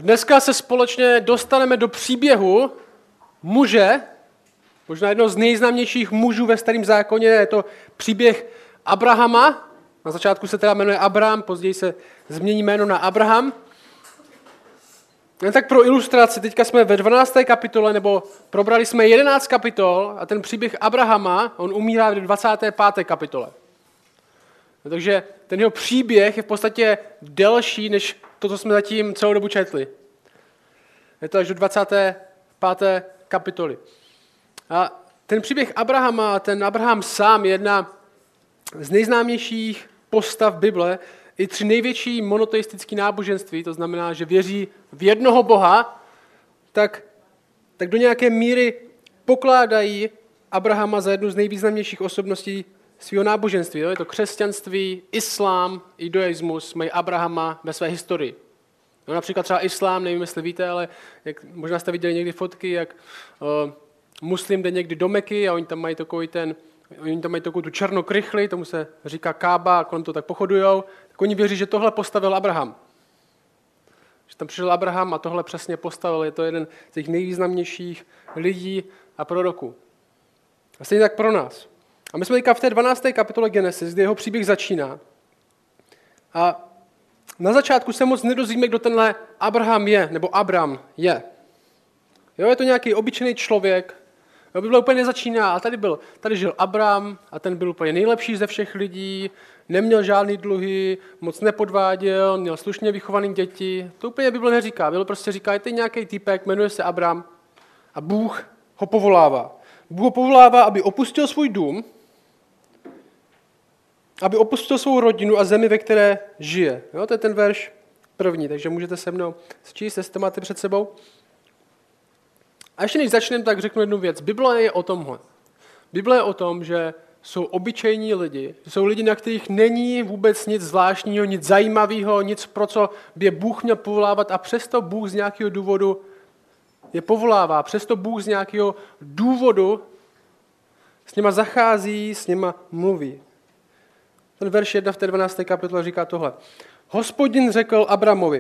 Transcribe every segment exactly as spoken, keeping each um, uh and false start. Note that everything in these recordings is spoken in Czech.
Dneska se společně dostaneme do příběhu muže, možná jednoho z nejznámějších mužů ve Starém zákoně, je to příběh Abrahama. Na začátku se teda jmenuje Abraham, později se změní jméno na Abraham. Jen tak pro ilustraci, teďka jsme ve dvanácté kapitole, nebo probrali jsme jedenáct kapitol a ten příběh Abrahama, on umírá v dvacáté páté kapitole. Takže ten jeho příběh je v podstatě delší, než to, co jsme zatím celou dobu četli. Je to až do dvacáté páté kapitoly. A ten příběh Abrahama, ten Abraham sám je jedna z nejznámějších postav Bible, i tři největší monoteistické náboženství, to znamená, že věří v jednoho Boha, tak, tak do nějaké míry pokládají Abrahama za jednu z nejvýznamnějších osobností svého náboženství. Je to křesťanství, islám, judaismus, mají Abrahama ve své historii. No, například třeba islám, nevím, jestli víte, ale jak, možná jste viděli někdy fotky, jak uh, muslim jde někdy do Meky a oni tam mají takový ten, oni tam mají takovou tu černou krychli, tomu se říká Kába, a kolem to tak pochodujou, tak oni věří, že tohle postavil Abraham. Že tam přišel Abraham a tohle přesně postavil, je to jeden z těch nejvýznamnějších lidí a proroků. A stejně tak pro nás. A my jsme teďka v té dvanácté kapitole Genesis, kde jeho příběh začíná. A na začátku se moc nedozvíme, kdo tenhle Abraham je, nebo Abram je. Jo, je to nějaký obyčejný člověk. Jo, Bible úplně nezačíná. A tady, byl, tady žil Abram a ten byl úplně nejlepší ze všech lidí, neměl žádný dluhy, moc nepodváděl, měl slušně vychovaný děti. To úplně Bible neříká. Bible prostě říká, je to nějaký týpek, jmenuje se Abram a Bůh ho povolává. Bůh ho povolává, aby opustil svůj dům, aby opustil svou rodinu a zemi, ve které žije. Jo, to je ten verš první, takže můžete se mnou číst, jestli to máte před sebou. A ještě než začneme, tak řeknu jednu věc. Bible je o tomhle. Bible je o tom, že jsou obyčejní lidi, že jsou lidi, na kterých není vůbec nic zvláštního, nic zajímavého, nic, pro co by je Bůh měl povolávat, a přesto Bůh z nějakého důvodu je povolává, přesto Bůh z nějakého důvodu s nima zachází, s nima mluví. Ten verš jedna v té dvanácté kapitole říká tohle. Hospodin řekl Abramovi,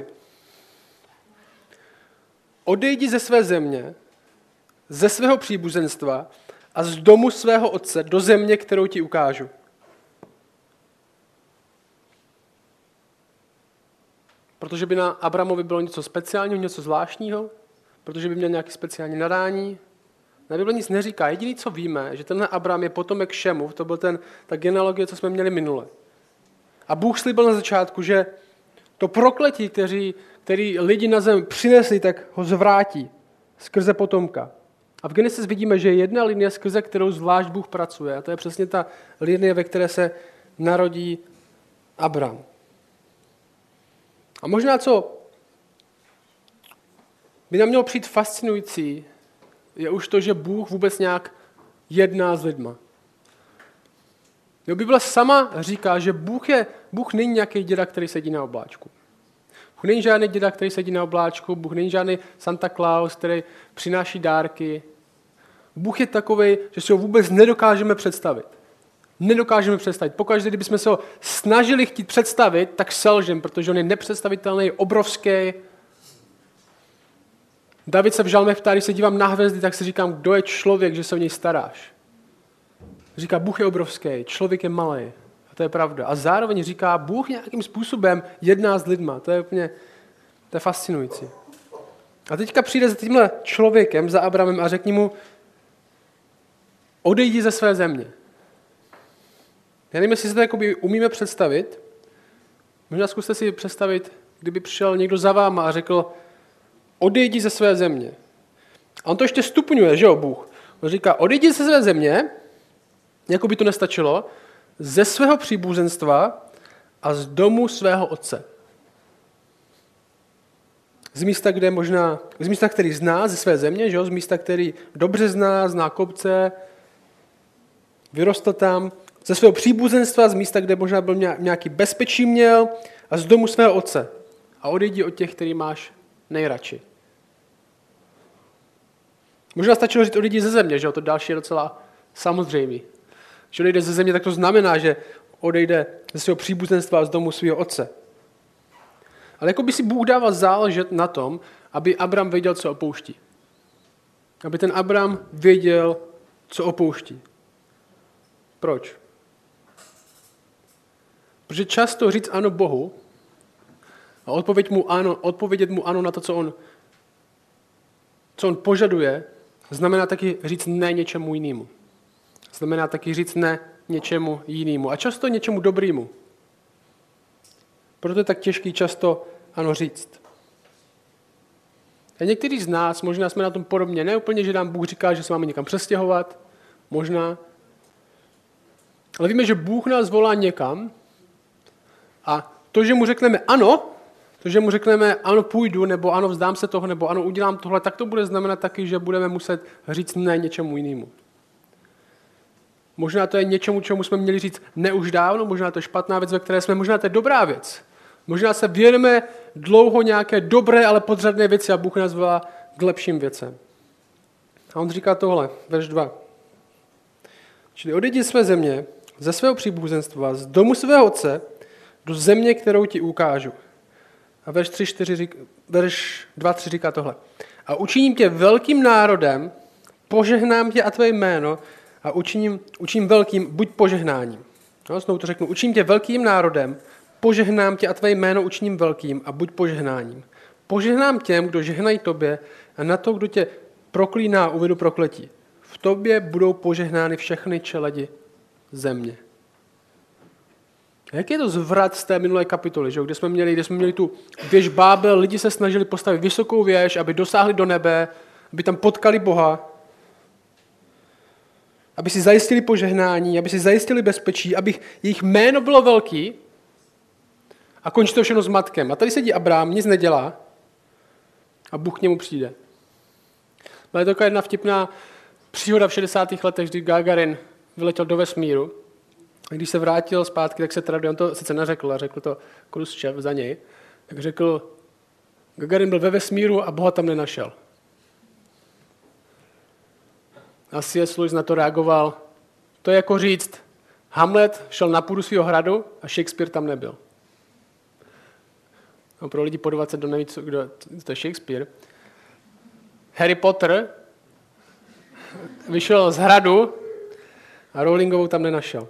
odejdi ze své země, ze svého příbuzenstva a z domu svého otce do země, kterou ti ukážu. Protože by na Abramovi bylo něco speciálního, něco zvláštního, protože by měl nějaké speciální nadání. Na Bible nic neříká. Jediné, co víme, že tenhle Abram je potomek Šemův, to byl ten, ta genealogie, co jsme měli minule. A Bůh slíbil na začátku, že to prokletí, který, který lidi na zem přinesli, tak ho zvrátí skrze potomka. A v Genesis vidíme, že je jedna linie, skrze kterou zvlášť Bůh pracuje. A to je přesně ta linie, ve které se narodí Abram. A možná, co by nám mělo přijít fascinující, je už to, že Bůh vůbec nějak jedná s lidma. Jo, Bible sama říká, že Bůh, je, Bůh není nějaký děda, který sedí na obláčku. Bůh není žádný děda, který sedí na obláčku, Bůh není žádný Santa Claus, který přináší dárky. Bůh je takovej, že si ho vůbec nedokážeme představit. Nedokážeme představit. Pokaždé, kdybychom se ho snažili chtít představit, tak selžem, protože on je nepředstavitelný, obrovský. David se v žalmech ptá, když se dívám na hvězdy, tak si říkám, kdo je člověk, že se o něj staráš. Říká, Bůh je obrovský, člověk je malý. A to je pravda. A zároveň říká, Bůh nějakým způsobem jedná s lidma. To je úplně to je fascinující. A teďka přijde za tímhle člověkem, za Abramem, a řekni mu, odejdi ze své země. Já nevím, jestli si to jakoby umíme představit. Možná zkuste si představit, kdyby přišel někdo za váma a řekl, odejdi ze své země. A on to ještě stupňuje, že jo, Bůh. On říká, odejdi ze své země, jako by to nestačilo, ze svého příbuzenstva a z domu svého otce. Z místa, kde možná, z místa, který zná, ze své země, že jo, z místa, který dobře zná, zná kopce, vyrostl tam, ze svého příbuzenstva, z místa, kde možná byl nějaký bezpečí měl, a z domu svého otce. A odejdi od těch, který máš nejradši. Možná stačilo říct odejdi ze země, že jo, to další je docela samozřejmý. Že odejde ze země, tak to znamená, že odejde ze svého příbuzenstva z domu svého otce. Ale jako by si Bůh dával záležet na tom, aby Abram věděl, co opouští. Aby ten Abram věděl, co opouští. Proč? Protože často říct ano Bohu a odpovědět mu ano, odpovědět mu ano na to, co on, co on požaduje, znamená taky říct ne něčemu jinému. Znamená taky říct ne něčemu jinému. A často něčemu dobrému. Proto je tak těžký často ano říct. A někteří z nás, možná jsme na tom podobně, ne úplně, že nám Bůh říká, že se máme někam přestěhovat, možná. Ale víme, že Bůh nás volá někam a to, že mu řekneme ano, to, že mu řekneme ano půjdu, nebo ano vzdám se toho, nebo ano udělám tohle, tak to bude znamenat taky, že budeme muset říct ne něčemu jinému. Možná to je něčemu, čemu jsme měli říct ne už dávno, možná to je špatná věc, ve které jsme, možná to je dobrá věc. Možná se věnujeme dlouho nějaké dobré, ale podřadné věci a Bůh nás volá k lepším věcem. A on říká tohle, verš dva. Čili odejdi z své země, ze svého příbuzenstva, z domu svého otce, do země, kterou ti ukážu. A verš, tři, čtyři řík, verš dva tři říká tohle. A učiním tě velkým národem, požehnám tě a tvé jméno a učiním, učiním velkým, buď požehnáním. No, znovu to řeknu. Učiním tě velkým národem, požehnám tě a tvé jméno učiním velkým a buď požehnáním. Požehnám těm, kdo žehnají tobě a na to, kdo tě proklíná, uvedu prokletí. V tobě budou požehnány všechny čeledi země. Jak je to zvrat z té minulé kapitoly, že? Kde, jsme měli, kde jsme měli tu věž Bábel, lidi se snažili postavit vysokou věž, aby dosáhli do nebe, aby tam potkali Boha, aby si zajistili požehnání, aby si zajistili bezpečí, aby jejich jméno bylo velký a končí to všechno s matkem. A tady sedí Abrám, nic nedělá a Bůh k němu přijde. Byla je taková jedna vtipná příhoda v šedesátých letech, kdy Gagarin vyletěl do vesmíru. A když se vrátil zpátky, tak se traduje, on to sice neřekl, a řekl to Khruščev za něj, tak řekl, Gagarin byl ve vesmíru a Boha tam nenašel. A C S. Lewis na to reagoval, to je jako říct, Hamlet šel na půdu svého hradu a Shakespeare tam nebyl. No, pro lidi po dvacet do neví, co, kdo, to je Shakespeare. Harry Potter vyšel z hradu a Rowlingovou tam nenašel.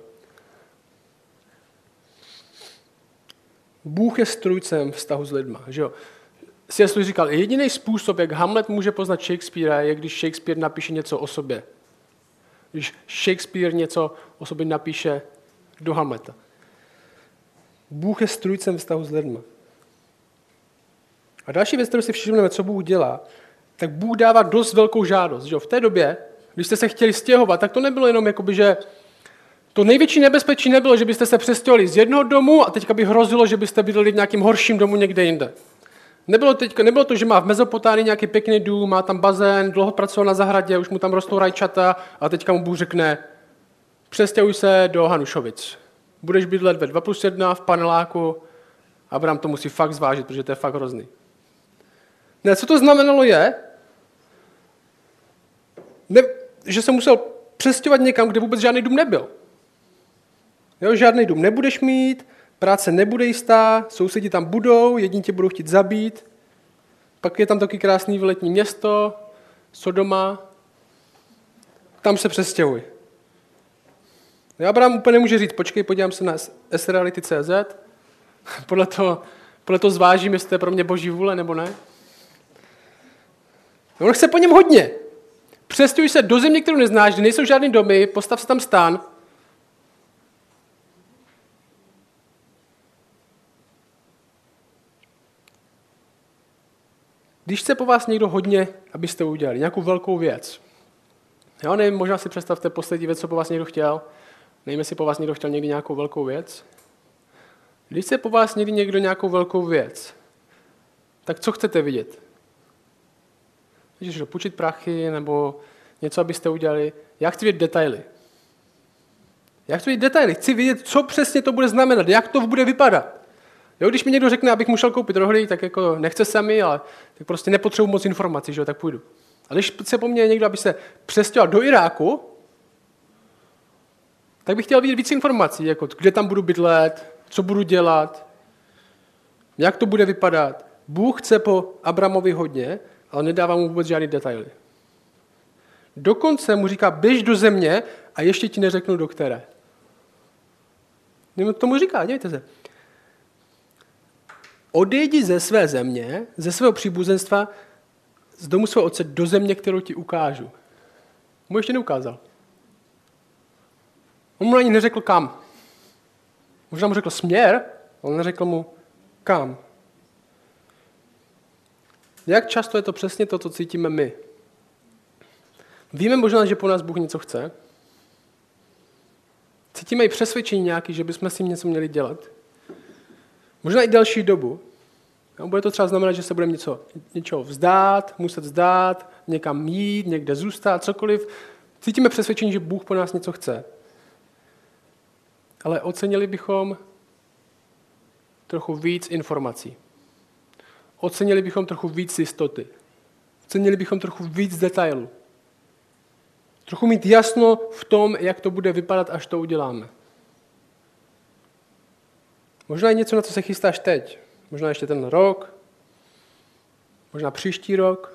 Bůh je strůjcem vztahu s lidma. Že jo? C S. Lewis říkal, jediný způsob, jak Hamlet může poznat Shakespearea, je, když Shakespeare napíše něco o sobě. Když Shakespeare něco o sobě napíše do Hamleta. Bůh je strůjcem vztahu s lidma. A další věc, kterou si všimneme, co Bůh dělá, tak Bůh dává dost velkou žádost. Že? V té době, když jste se chtěli stěhovat, tak to nebylo jenom jakoby, že to největší nebezpečí nebylo, že byste se přestěhovali z jednoho domu a teďka by hrozilo, že byste bydleli v nějakém horším domu někde jinde. Nebylo, teďka, nebylo to, že má v Mezopotánii nějaký pěkný dům, má tam bazén, dlouho pracoval na zahradě, už mu tam rostou rajčata a teďka mu Bůh řekne, přestěhuj se do Hanušovic. Budeš bydlet ve dva plus jedna v paneláku. Abraham to musí fakt zvážit, protože to je fakt hrozný. Ne, co to znamenalo je, ne, že se musel přestěhovat někam, kde vůbec žádný dům nebyl. Jo, žádný dům nebudeš mít, práce nebude jistá, sousedi tam budou, jedni tě budou chtít zabít, pak je tam taky krásný výletní město, Sodoma, tam se přestěhuj. Abraham úplně nemůže říct, počkej, podívám se na s reality tečka cé zet, podle toho, podle toho zvážím, jestli to je pro mě boží vůle nebo ne. On chce po něm hodně. Přestěhuj se do země, kterou neznáš, kde nejsou žádný domy, postav se tam stán. Když chce po vás někdo hodně, abyste udělali nějakou velkou věc. Jo, nevím, možná si představte poslední věc, co po vás někdo chtěl. Nevím, jestli po vás někdo chtěl někdy nějakou velkou věc. Když chce po vás někdy někdo nějakou velkou věc, tak co chcete vidět? Chcete půjčit prachy nebo něco, abyste udělali? Já chci vidět detaily. Já chci vidět detaily. Chci vidět, co přesně to bude znamenat, jak to bude vypadat. Jo, když mi někdo řekne, abych mu šel koupit rohlík, tak jako nechce se mi, ale tak prostě nepotřebuji moc informací, že jo, tak půjdu. A když se po mně někdo, aby se přestěhoval do Iráku, tak bych chtěl vidět víc informací, jako kde tam budu bydlet, co budu dělat. Jak to bude vypadat? Bůh chce po Abramovi hodně, ale nedává mu vůbec žádný detaily. Dokonce mu říká, běž do země a ještě ti neřeknu, do které. K tomu říká, dívejte se. Odejdi ze své země, ze svého příbuzenstva, z domu svého otce do země, kterou ti ukážu. Mu ještě neukázal. On mu ani neřekl kam. Možná mu řekl směr, ale neřekl mu kam. Jak často je to přesně to, co cítíme my? Víme možná, že po nás Bůh něco chce. Cítíme i přesvědčení nějaký, že bychom s tím něco měli dělat. Možná i delší dobu. No, bude to třeba znamenat, že se budeme něco, něčeho vzdát, muset vzdát, někam jít, někde zůstat, cokoliv. Cítíme přesvědčení, že Bůh po nás něco chce. Ale ocenili bychom trochu víc informací. Ocenili bychom trochu víc jistoty. Ocenili bychom trochu víc detailů. Trochu mít jasno v tom, jak to bude vypadat, až to uděláme. Možná je něco, na co se chystáš teď. Možná ještě ten rok. Možná příští rok.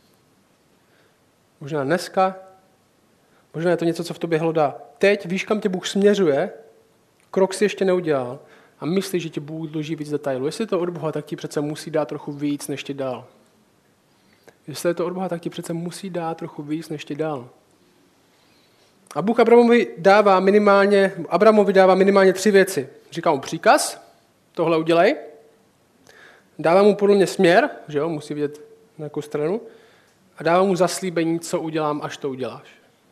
Možná dneska. Možná je to něco, co v tobě hlodá. Teď víš, kam tě Bůh směřuje, krok si ještě neudělal a myslíš, že ti Bůh dluží víc detailů. Jestli je to od Boha, tak ti přece musí dát trochu víc, než ti dal. Jestli je to od Boha, tak ti přece musí dát trochu víc, než ti dal. A Bůh Abramovi dává minimálně, Abramovi dává minimálně tři věci. Říká mu příkaz, tohle udělej. Dává mu podle mě směr, že jo, musí vidět na jakou stranu. A dává mu zaslíbení, co udělám, až to uděláš.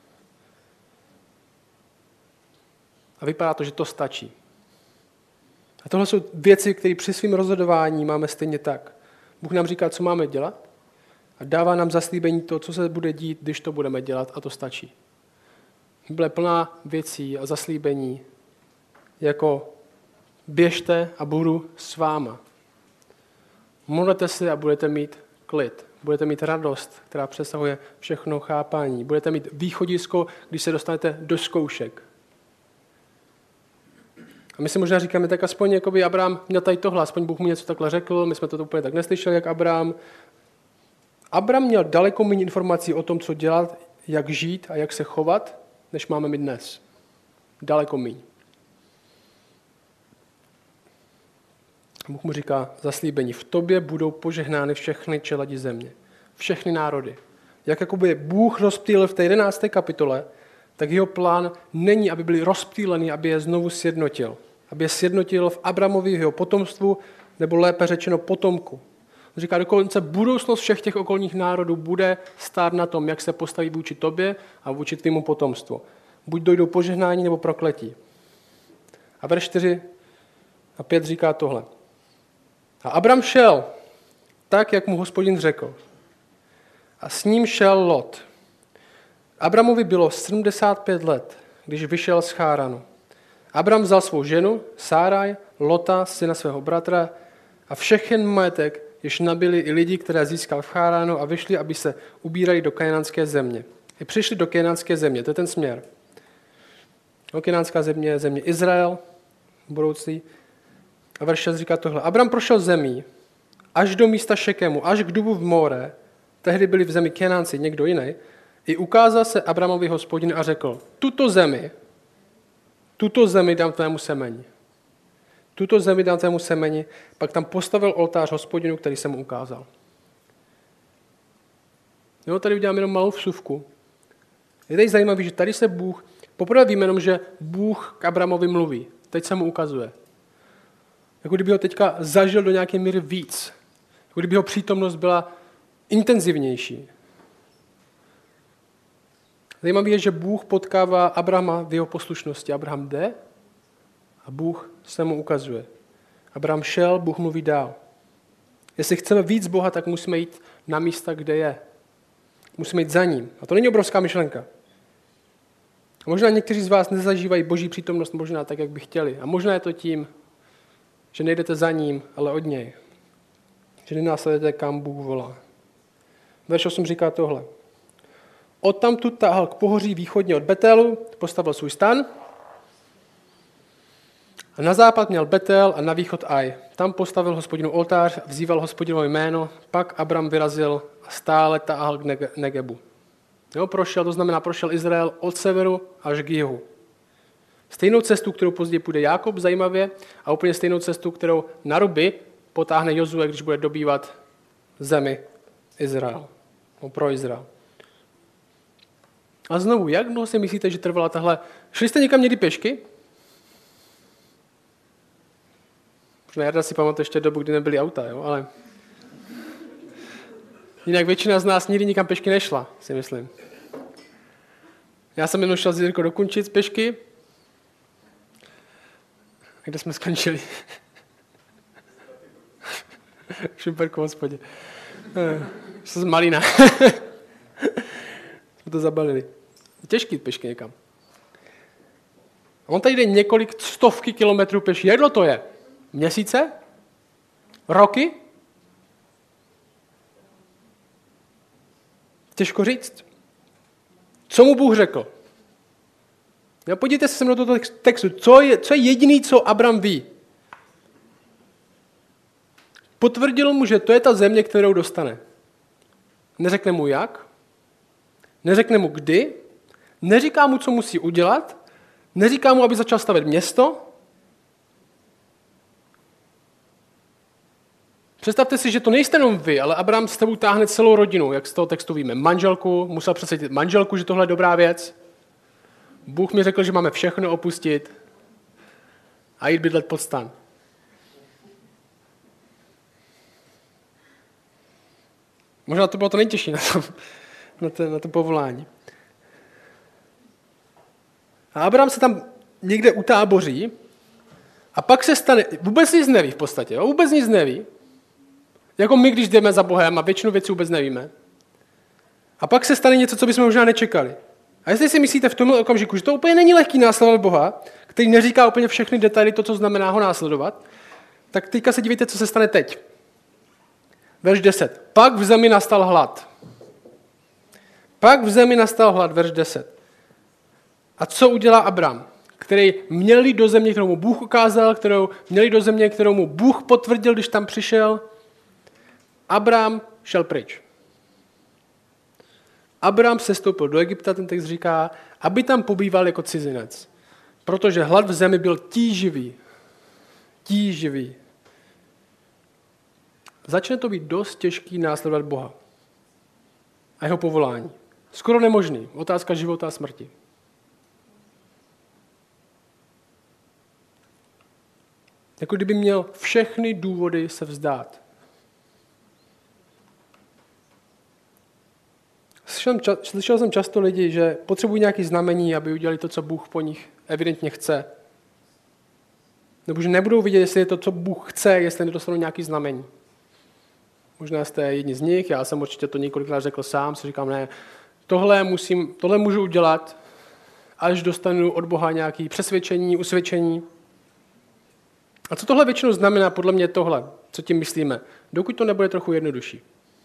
A vypadá to, že to stačí. A tohle jsou věci, které při svým rozhodování máme stejně tak. Bůh nám říká, co máme dělat a dává nám zaslíbení to, co se bude dít, když to budeme dělat, a to stačí. Bible je plná věcí a zaslíbení, jako běžte a budu s váma. Modlete se a budete mít klid. Budete mít radost, která přesahuje všechno chápání. Budete mít východisko, když se dostanete do zkoušek. A my si možná říkáme, tak aspoň jakoby Abraham měl tady tohle, aspoň Bůh mu něco takhle řekl, my jsme to úplně tak neslyšeli, jak Abraham. Abraham měl daleko méně informací o tom, co dělat, jak žít a jak se chovat, než máme my dnes. Daleko méně. Bůh mu říká zaslíbení, v tobě budou požehnány všechny čeledi země, všechny národy. Jak jakoby Bůh rozptýlil v té jedenácté kapitole, tak jeho plán není, aby byli rozptýleni, aby je znovu sjednotil. Aby je sjednotil v Abramovi, jeho potomstvu, nebo lépe řečeno potomku. On říká, dokonce budoucnost všech těch okolních národů bude stát na tom, jak se postaví vůči tobě a vůči tvému potomstvu. Buď dojdou požehnání nebo prokletí. A verš čtyři a pět říká tohle. A Abram šel tak, jak mu Hospodin řekl. A s ním šel Lot. Abramovi bylo sedmdesát pět let, když vyšel z Cháranu. Abram vzal svou ženu, Sáraj, Lota, syna svého bratra, a všechen majetek, jež nabili i lidi, které získal v Cháránu, a vyšli, aby se ubírali do kanánské země. I přišli do kanánské země, to je ten směr. No, kanánská země je země Izrael, budoucí. A verš šest říká tohle. Abram prošel zemí až do místa Šekemu, až k dubu v More, tehdy byli v zemi Kanánci, někdo jiný, i ukázal se Abramovi Hospodin a řekl, tuto zemi, tuto zemi dám tvému semeni. Tuto zemi dám tvému semeni, pak tam postavil oltář Hospodinu, který jsem mu ukázal. Jo, tady udělám jenom malou vsuvku. Je tady zajímavé, že tady se Bůh, poprvé víme jenom, že Bůh k Abramovi mluví. Teď se mu ukazuje. Jako kdyby ho teďka zažil do nějaké míry víc. Jako kdyby jeho přítomnost byla intenzivnější. Zajímavé je, že Bůh potkává Abrama v jeho poslušnosti. Abraham jde a Bůh se mu ukazuje. Abraham šel, Bůh mluví dál. Jestli chceme víc Boha, tak musíme jít na místa, kde je. Musíme jít za ním. A to není obrovská myšlenka. A možná někteří z vás nezažívají Boží přítomnost možná tak, jak by chtěli. A možná je to tím, že nejdete za ním, ale od něj. Že nenásledujete, kam Bůh volá. Verš osm říká tohle. Odtamtud táhl k pohoří východně od Betelu, postavil svůj stan A na západ měl Betel a na východ Aj. Tam postavil Hospodinu oltář, vzýval Hospodinovo jméno, pak Abram vyrazil a stále táhl k Negebu. Jo, prošel, to znamená, prošel Izrael od severu až k jihu. Stejnou cestu, kterou později půjde Jákob, zajímavě, a úplně stejnou cestu, kterou na ruby potáhne Jozue, když bude dobývat zemi Izrael. No, pro Izrael. A znovu, jak dlouho si myslíte, že trvala tahle? Šli jste někam někdy pěšky? Možná Jarda si pamatuje ještě dobu, kdy nebyly auta, jo? Ale jinak většina z nás nikdy nikam pěšky nešla, si myslím. Já jsem jenom šel z Jirko do Kunčic pěšky. A kde jsme skončili? V Šumperku v hospodě. Jsem z Malína. Jsme to zabalili. Těžký pěšky někam. A on tady jde několik stovky kilometrů pěšky. Jak dlouho to je? Měsíce? Roky? Těžko říct. Co mu Bůh řekl? Jo, podívejte se sem do toho textu. Co je, co je jediný, co Abram ví? Potvrdil mu, že to je ta země, kterou dostane. Neřekne mu jak, neřekne mu kdy, neříká mu, co musí udělat, neříká mu, aby začal stavět město. Představte si, že to nejste jenom vy, ale Abraham s tebou táhne celou rodinu, jak z toho textu víme. Manželku, musel přesvědčit manželku, že tohle je dobrá věc. Bůh mi řekl, že máme všechno opustit a jít bydlet pod stan. Možná to bylo to nejtěžší na tom, na to, na to povolání. A Abraham se tam někde utáboří a pak se stane, vůbec nic neví v podstatě, jo? Vůbec nic neví. Jako my, když jdeme za Bohem a většinu věcí vůbec nevíme. A pak se stane něco, co bychom možná nečekali. A jestli si myslíte v tomhle okamžiku, že to úplně není lehký následovat Boha, který neříká úplně všechny detaily, to, co znamená ho následovat, tak teďka se dívejte, co se stane teď. Verš deset. Pak v zemi nastal hlad. Pak v zemi nastal hlad, verš deset. A co udělá Abram, který měl jít do země, kterou mu Bůh ukázal, kterou měl jít do země, kterou mu Bůh potvrdil, když tam přišel? Abram šel pryč. Abram sestoupil do Egypta, ten text říká, aby tam pobýval jako cizinec. Protože hlad v zemi byl tíživý. Tíživý. Začne to být dost těžký následovat Boha a jeho povolání. Skoro nemožný. Otázka života a smrti. Jako kdyby měl všechny důvody se vzdát. Slyšel, slyšel jsem často lidi, že potřebují nějaké znamení, aby udělali to, co Bůh po nich evidentně chce. Nebo že nebudou vidět, jestli je to, co Bůh chce, jestli nedostanou nějaké znamení. Možná jste jedni z nich, já jsem určitě to několikrát řekl sám, si říkám, ne, tohle, musím, tohle můžu udělat, až dostanu od Boha nějaké přesvědčení, usvědčení. A co tohle většinou znamená, podle mě tohle, co tím myslíme, dokud to nebude trochu jednodušší.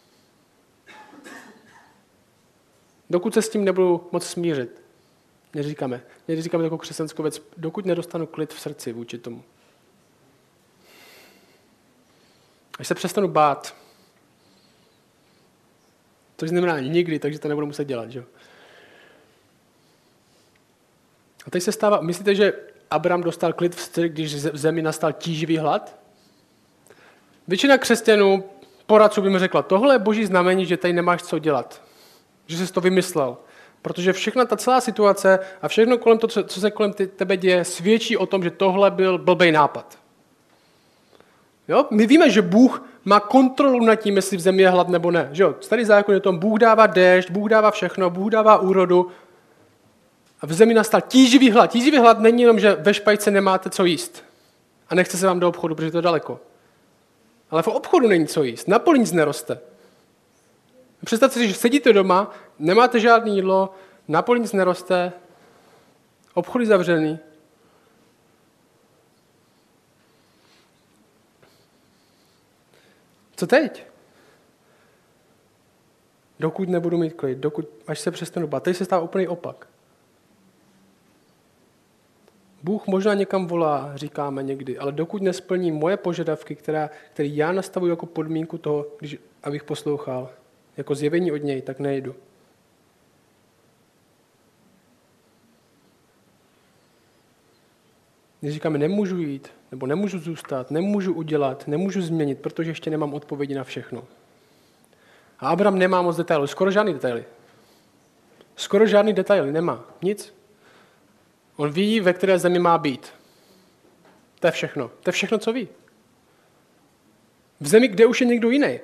Dokud se s tím nebudu moc smířit. Neříkáme. Neříkáme takovou křesťanskou věc, dokud nedostanu klid v srdci vůči tomu. Až se přestanu bát. Což znamená nikdy, takže to nebudu muset dělat. Že? A teď se stává, myslíte, že Abram dostal klid v srdci, když v zemi nastal tíživý hlad? Většina křesťanů, poradců by mi řekla, tohle je boží znamení, že tady nemáš co dělat. Že jsi to vymyslel. Protože všechna ta celá situace a všechno kolem to, co se kolem tebe děje, svědčí o tom, že tohle byl blbej nápad. Jo? My víme, že Bůh má kontrolu nad tím, jestli v zemi je hlad nebo ne. Že jo? Starý zákon je o tom, Bůh dává déšť, Bůh dává všechno, Bůh dává úrodu. A v zemi nastal tíživý hlad. Tíživý hlad není jenom, že ve špajce nemáte co jíst. A nechce se vám do obchodu, protože to je daleko. Ale v obchodu není co jíst. Na poli nic neroste. Představte si, že sedíte doma, nemáte žádné jídlo, na poli nic neroste, obchody zavřený. Co teď? Dokud nebudu mít klid, dokud, až se přestanu bát. Teď se stává úplný opak. Bůh možná někam volá, říkáme někdy, ale dokud nesplní moje požadavky, která, které já nastavuji jako podmínku toho, když, abych poslouchal, jako zjevení od něj, tak nejdu. Když říkáme, nemůžu jít, nebo nemůžu zůstat, nemůžu udělat, nemůžu změnit, protože ještě nemám odpovědi na všechno. A Abraham nemá moc detailů, skoro žádný detaily. Skoro žádný detaily nemá, nic. On ví, ve které zemi má být. To je všechno. To je všechno, co ví. V zemi, kde už je někdo jiný.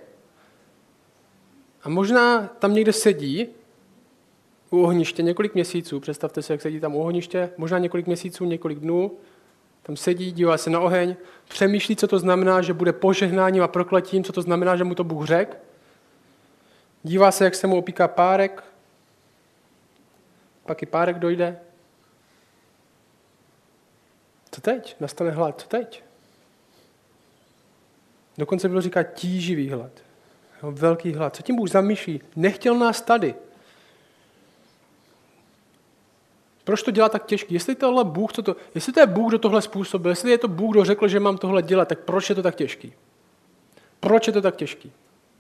A možná tam někde sedí u ohniště několik měsíců, představte si, jak sedí tam u ohniště, možná několik měsíců, několik dnů, tam sedí, dívá se na oheň, přemýšlí, co to znamená, že bude požehnáním a prokletím, co to znamená, že mu to Bůh řekl. Dívá se, jak se mu opíká párek, pak i párek dojde. Co teď? Nastane hlad. Co teď? Dokonce bylo říkat tíživý hlad. Velký hlad. Co tím Bůh zamýšlí? Nechtěl nás tady. Proč to dělá tak těžký? Jestli tohle Bůh, co to, jestli to je Bůh, kdo tohle způsobil, jestli je to Bůh, kdo řekl, že mám tohle dělat, tak proč je to tak těžký? Proč je to tak těžký?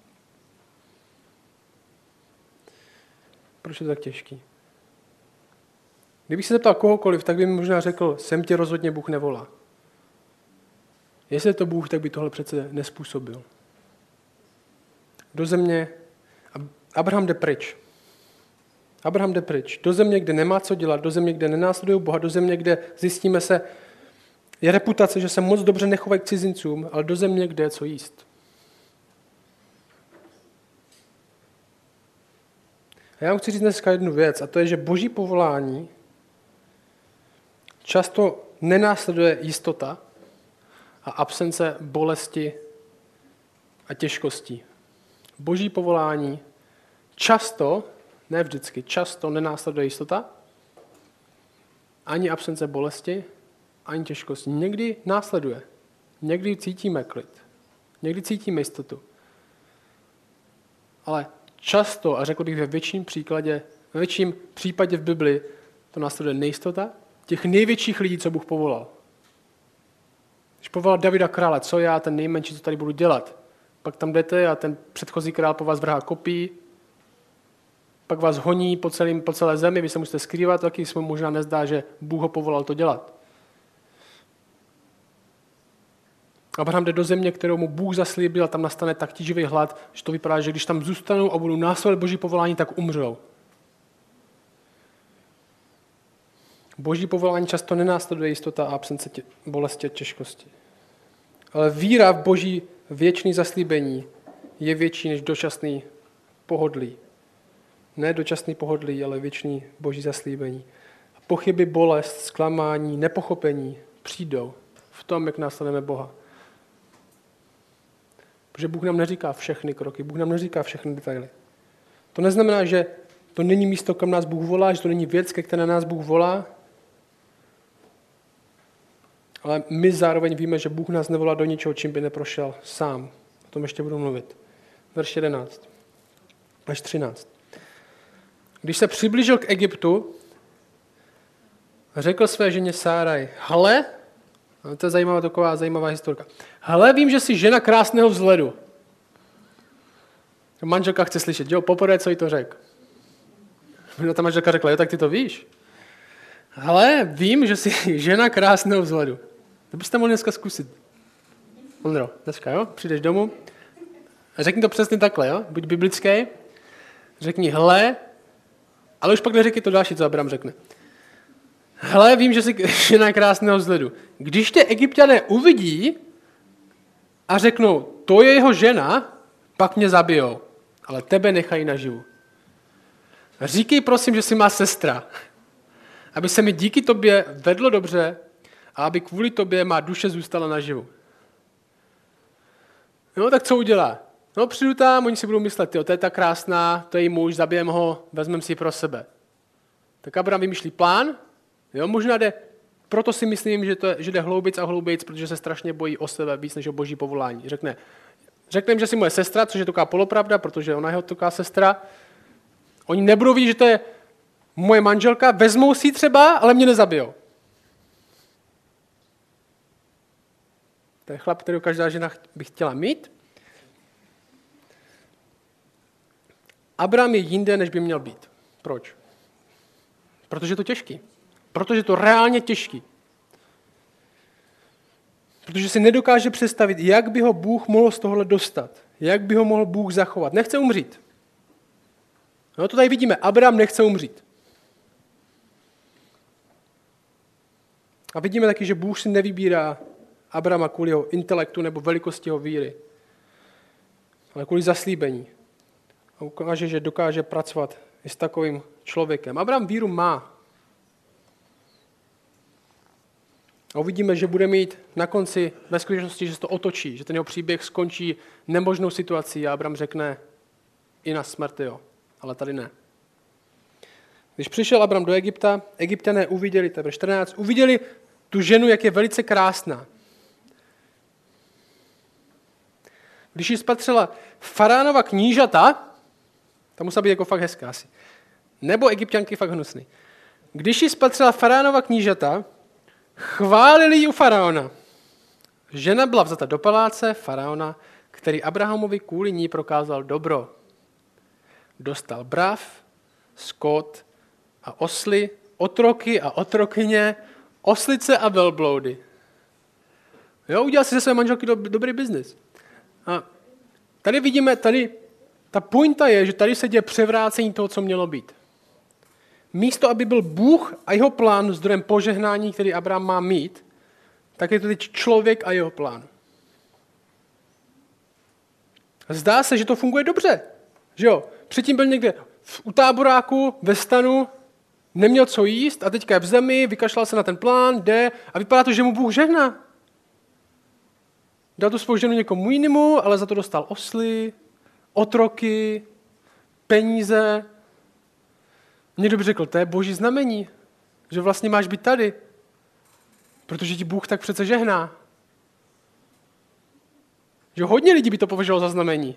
Proč je to tak těžký? Kdybych se zeptal kohokoliv, tak by mi možná řekl, sem tě rozhodně Bůh nevolá. Jestli je to Bůh, tak by tohle přece nespůsobil. Do země, Abraham jde pryč. Abraham jde pryč. Do země, kde nemá co dělat, do země, kde nenásledují Boha, do země, kde zjistíme se, je reputace, že se moc dobře nechovají k cizincům, ale do země, kde je co jíst. A já vám chci říct dneska jednu věc, a to je, že boží povolání často nenásleduje jistota a absence bolesti a těžkostí. Boží povolání často, ne vždycky, často nenásleduje jistota, ani absence bolesti, ani těžkosti. Někdy následuje. Někdy cítíme klid. Někdy cítíme jistotu. Ale často, a řekl bych ve větším příkladě, ve větším případě v Bibli, to následuje nejistota těch největších lidí, co Bůh povolal. Když povolal Davida krále, co já, ten nejmenší, co tady budu dělat? Pak tam jdete a ten předchozí král po vás vrhá kopí, pak vás honí po, celým, po celé zemi, vy se musíte skrývat, taky se mu možná nezdá, že Bůh ho povolal to dělat. Abraham jde do země, kterou mu Bůh zaslíbil, a tam nastane tak tíživý hlad, že to vypadá, že když tam zůstanou a budou následovat boží povolání, tak umřou. Boží povolání často nenásleduje jistota a absence tě, bolesti a těžkosti. Ale víra v boží věčný zaslíbení je větší než dočasný pohodlí. Ne dočasný pohodlí, ale věčný boží zaslíbení. A pochyby, bolest, zklamání, nepochopení přijdou v tom, jak následujeme Boha. Protože Bůh nám neříká všechny kroky, Bůh nám neříká všechny detaily. To neznamená, že to není místo, kam nás Bůh volá, že to není věc, ke které nás Bůh volá, ale my zároveň víme, že Bůh nás nevolá do ničeho, čím by neprošel sám. O tom ještě budu mluvit. Verš jedenáct až třináct. Když se přiblížil k Egyptu, řekl své ženě Sáraj, hele, to je zajímavá, taková zajímavá historka, hele, vím, že jsi žena krásného vzhledu. Manželka chce slyšet, jo, poprvé, co jí to řekl. Ta manželka řekla, jo, tak ty to víš. Hele, vím, že jsi žena krásného vzhledu. To byste mohli dneska zkusit. Ondro, dneska, jo, přijdeš domů a řekni to přesně takhle, jo, buď biblický, řekni, hele, ale už pak neřekni to další, co Abraham řekne. Hele, vím, že jsi žena krásného vzhledu. Když tě Egypťané uvidí a řeknou, to je jeho žena, pak mě zabijou, ale tebe nechají naživu. Říkej prosím, že jsi má sestra, aby se mi díky tobě vedlo dobře a aby kvůli tobě má duše zůstala naživu. No, tak co udělá? No, přijdu tam, oni si budou myslet, jo, to je ta krásná, to je jí muž, zabijeme ho, vezmeme si ji pro sebe. Tak Abraham vymýšlí plán, jo, možná jde, proto si myslím, že, to je, že jde hloubic a hloubic, protože se strašně bojí o sebe víc než o boží povolání. Řekne, řekne jim, že jsi moje sestra, což je taková polopravda, protože ona je taková sestra. Oni nebudou vidět, že to je moje manželka, vezmou si ji třeba, ale mě nezabijou. To je chlap, kterého každá žena by chtěla mít. Abraham je jinde, než by měl být. Proč? Protože je to těžký. Protože je to reálně těžký. Protože si nedokáže představit, jak by ho Bůh mohl z tohohle dostat. Jak by ho mohl Bůh zachovat. Nechce umřít. No to tady vidíme. Abraham nechce umřít. A vidíme taky, že Bůh si nevybírá Abrahama kvůli jeho intelektu nebo velikosti jeho víry. Ale kvůli zaslíbení. A ukáže, že dokáže pracovat i s takovým člověkem. Abraham víru má. A uvidíme, že bude mít na konci ve skutečnosti, že se to otočí, že ten jeho příběh skončí nemožnou situací a Abraham řekne i na smrt, jo, ale tady ne. Když přišel Abraham do Egypta, Egypťané uviděli, to je čtrnáct, uviděli tu ženu, jak je velice krásná. Když ji spatřila faraonova knížata, ta musela být jako fakt hezká asi, nebo Egypťanky fakt hnusný. Když ji spatřila faraonova knížata, chválili ji u faraona. Žena byla vzata do paláce faraona, který Abrahamovi kvůli ní prokázal dobro. Dostal brav, skot a osly, otroky a otrokyně, oslice a velbloudy. Jo, udělal si ze své manželky do, dobrý biznis. A tady vidíme, tady ta pointa je, že tady se děje převrácení toho, co mělo být. Místo, aby byl Bůh a jeho plán zdrojem požehnání, který Abraham má mít, tak je to teď člověk a jeho plán. Zdá se, že to funguje dobře. Že jo? Předtím byl někde u táboráku, ve stanu, neměl co jíst a teďka je v zemi, vykašlal se na ten plán, jde a vypadá to, že mu Bůh žehná. Dal tu svou ženu někomu jinému, ale za to dostal osly, otroky, peníze. Někdo by řekl, to je boží znamení, že vlastně máš být tady, protože ti Bůh tak přece žehná. Že hodně lidí by to považovalo za znamení.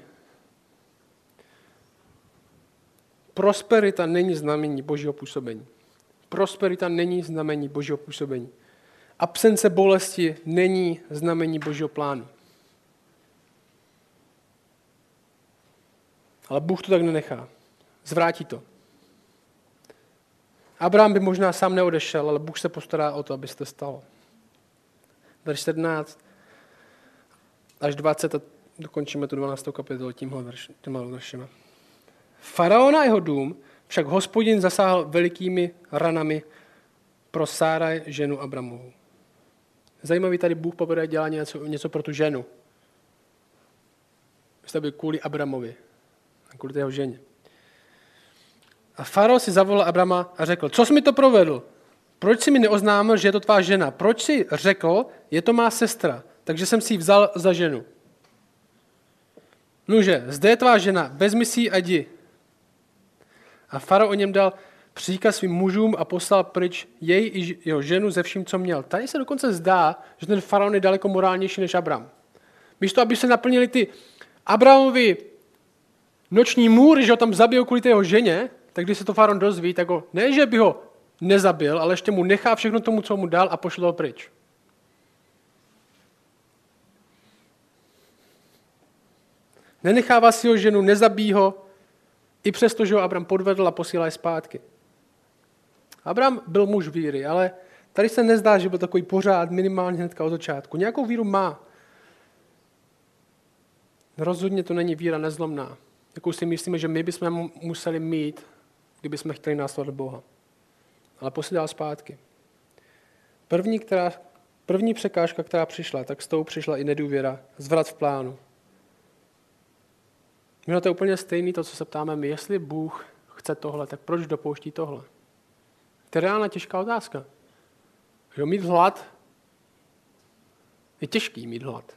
Prosperita není znamení božího působení. Prosperita není znamení božího působení. Absence bolesti není znamení božího plánu. Ale Bůh to tak nenechá. Zvrátí to. Abraham by možná sám neodešel, ale Bůh se postará o to, aby se to stalo. Verš sedmnáct až dvacet a dokončíme tu dvanáctou kapitolu tímhle veršima. Faraona a jeho dům však Hospodin zasáhl velikými ranami pro Sáraj, ženu Abramovu. Zajímavý, tady Bůh poprvé dělá něco, něco pro tu ženu. Myslím, by kvůli Abramovi, kvůli té jeho ženě. A farao si zavolal Abrama a řekl, co jsi mi to provedl? Proč jsi mi neoznámil, že je to tvá žena? Proč jsi řekl, je to má sestra? Takže jsem si ji vzal za ženu. Nuže, zde je tvá žena, vezmi si ji a jdi. A farao o něm dal příkaz svým mužům a poslal pryč jej i jeho ženu ze vším, co měl. Tady se dokonce zdá, že ten faraon je daleko morálnější než Abram. Místo, aby se naplnili ty Abramovi noční můry, že ho tam zabijou kvůli té jeho ženě, tak když se to faraon dozví, tak ho, ne, že by ho nezabil, ale ještě mu nechá všechno tomu, co mu dal a pošle ho pryč. Nenechává si ho ženu, nezabíjí ho, i přesto, že ho Abram podvedl a posílá je zpátky. Abram byl muž víry, ale tady se nezdá, že byl takový pořád, minimálně hnedka od začátku. Nějakou víru má. Rozhodně to není víra nezlomná, jakou si myslíme, že my bychom museli mít, kdybychom chtěli následovat Boha. Ale posílal zpátky. První, která, první překážka, která přišla, tak s tou přišla i nedůvěra, zvrat v plánu. Možná to je úplně stejný to, co se ptáme my. Jestli Bůh chce tohle, tak proč dopouští tohle? To je reálná těžká otázka. Že mít hlad je těžký mít hlad.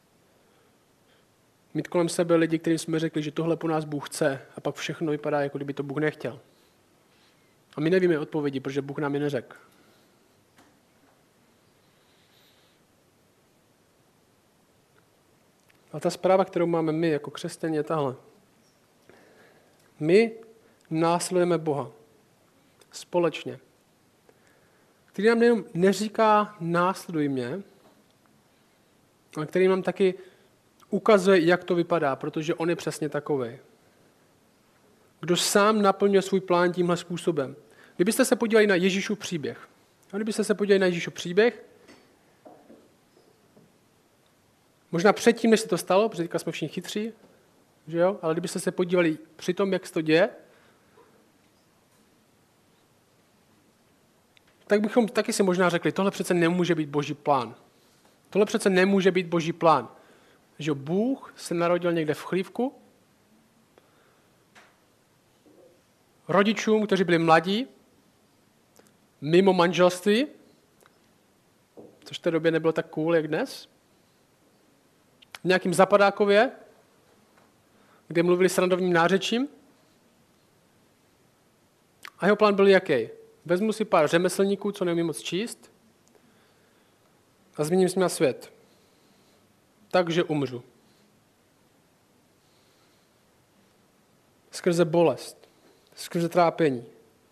Mít kolem sebe lidi, kterým jsme řekli, že tohle po nás Bůh chce a pak všechno vypadá, jako kdyby to Bůh nechtěl. A my nevíme odpovědi, protože Bůh nám je neřekl. A ta zpráva, kterou máme my jako křesťané, je tahle. My následujeme Boha. Společně. Který nám nejenom neříká následuj mě, ale který nám taky ukazuje, jak to vypadá, protože on je přesně takovej. Kdo sám naplňuje svůj plán tímhle způsobem. Kdybyste se podívali na Ježíšův příběh, a kdybyste se podívali na Ježíšův příběh, možná předtím, než se to stalo, protože teďka jsme všichni chytří, že jo? Ale kdybyste se podívali při tom, jak se to děje, tak bychom taky si možná řekli, tohle přece nemůže být Boží plán. Tohle přece nemůže být Boží plán. Že Bůh se narodil někde v chlívku, rodičům, kteří byli mladí, mimo manželství, což v té době nebylo tak cool, jak dnes, v nějakým zapadákově, kde mluvili srandovním nářečím. A jeho plán byl jaký? Vezmu si pár řemeslníků, co neumí moc číst, a změním s nimi svět. Takže umřu. Skrze bolest. Skrze trápení.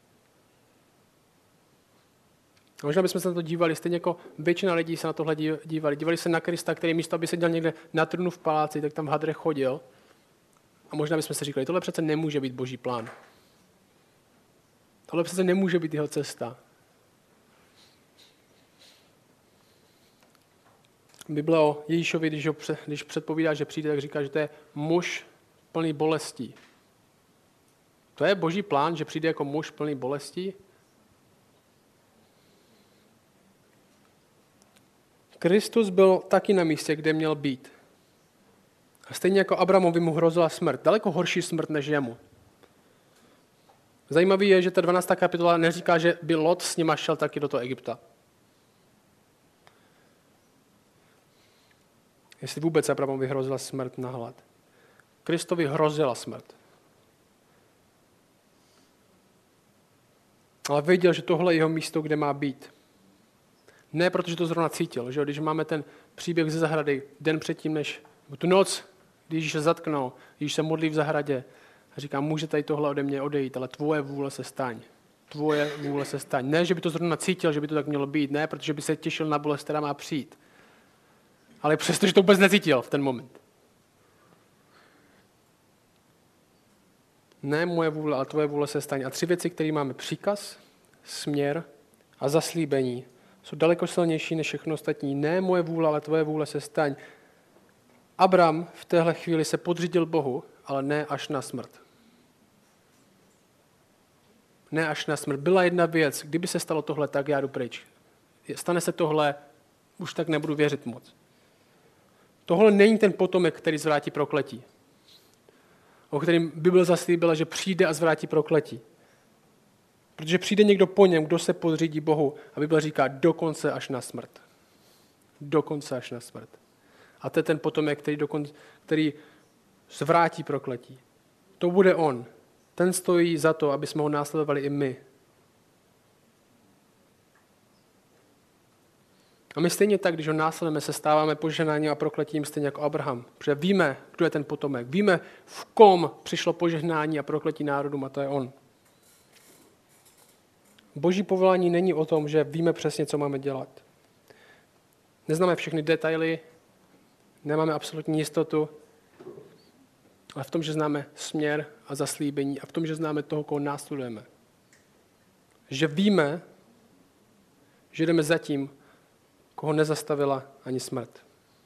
A možná bychom se na to dívali, stejně jako většina lidí se na tohle dívali. Dívali se na Krista, který místo, aby seděl někde na trůnu v paláci, tak tam v hadrech chodil. A možná bychom si říkali, tohle přece nemůže být Boží plán. Tohle přece nemůže být jeho cesta. Bible o Ježíšovi, když, ho, když předpovídá, že přijde, tak říká, že to je muž plný bolestí. To je Boží plán, že přijde jako muž plný bolestí? Kristus byl taky na místě, kde měl být. A stejně jako Abrahamovi mu hrozila smrt. Daleko horší smrt než jemu. Zajímavé je, že ta dvanáctá kapitola neříká, že by Lot s nima šel taky do toho Egypta. Jestli vůbec Abrahamovi hrozila smrt na hlad. Kristovi hrozila smrt. Ale věděl, že tohle je jeho místo, kde má být. Ne, protože to zrovna cítil. Že? Když máme ten příběh ze zahrady den předtím, než tu noc, když se zatknou, když se modlí v zahradě a říká, může tady tohle ode mě odejít, ale tvoje vůle se staň. Tvoje vůle se staň. Ne, že by to zrovna cítil, že by to tak mělo být. Ne, protože by se těšil na bolest, která má přijít. Ale přesto, že to vůbec necítil v ten moment. Ne moje vůle, ale tvoje vůle se staň. A tři věci, které máme: příkaz, směr a zaslíbení, jsou daleko silnější než všechno ostatní. Ne moje vůle, ale tvoje vůle se staň. Abram v téhle chvíli se podřídil Bohu, ale ne až na smrt. Ne až na smrt. Byla jedna věc, kdyby se stalo tohle, tak já jdu pryč. Stane se tohle, už tak nebudu věřit moc. Tohle není ten potomek, který zvrátí prokletí. O kterým Bible zaslíbila, že přijde a zvrátí prokletí. Protože přijde někdo po něm, kdo se podřídí Bohu. A Bible říká dokonce až na smrt. Dokonce až na smrt. A to je ten potomek, který, dokonce, který zvrátí prokletí. To bude on. Ten stojí za to, aby jsme ho následovali i my. A my stejně tak, když ho následujeme, se stáváme požehnáním a prokletím stejně jako Abraham. Protože víme, kdo je ten potomek. Víme, v kom přišlo požehnání a prokletí národům, a to je on. Boží povolání není o tom, že víme přesně, co máme dělat. Neznáme všechny detaily, nemáme absolutní jistotu, ale v tom, že známe směr a zaslíbení a v tom, že známe toho, koho následujeme. Že víme, že jdeme za tím, koho nezastavila ani smrt.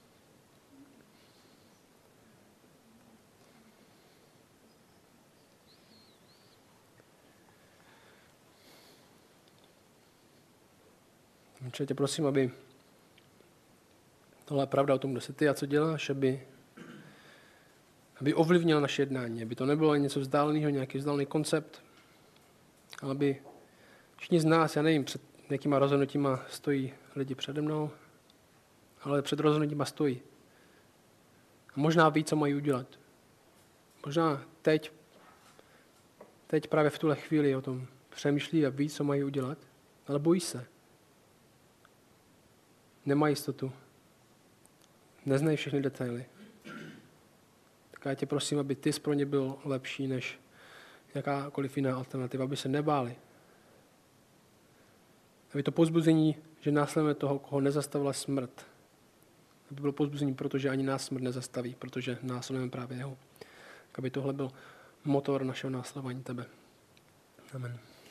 Čili tě prosím, aby tohle je pravda o tom, kdo jsi ty a co děláš, aby, aby ovlivnil naše jednání, aby to nebylo něco vzdáleného, nějaký vzdálený koncept, ale aby všichni z nás, já nevím, před jakýma rozhodnutíma stojí lidi přede mnou, ale před rozhodnutíma stojí. A možná ví, co mají udělat. Možná teď, teď právě v tuhle chvíli o tom přemýšlí a ví, co mají udělat, ale bojí se. Nemají jistotu. Neznají všechny detaily. Tak já tě prosím, aby ty pro ně byl lepší než jakákoliv jiná alternativa, aby se nebáli. Aby to povzbuzení, že následujeme toho, koho nezastavila smrt, aby bylo povzbuzení, protože ani nás smrt nezastaví, protože následujeme právě jeho. Aby tohle byl motor našeho následování tebe. Amen.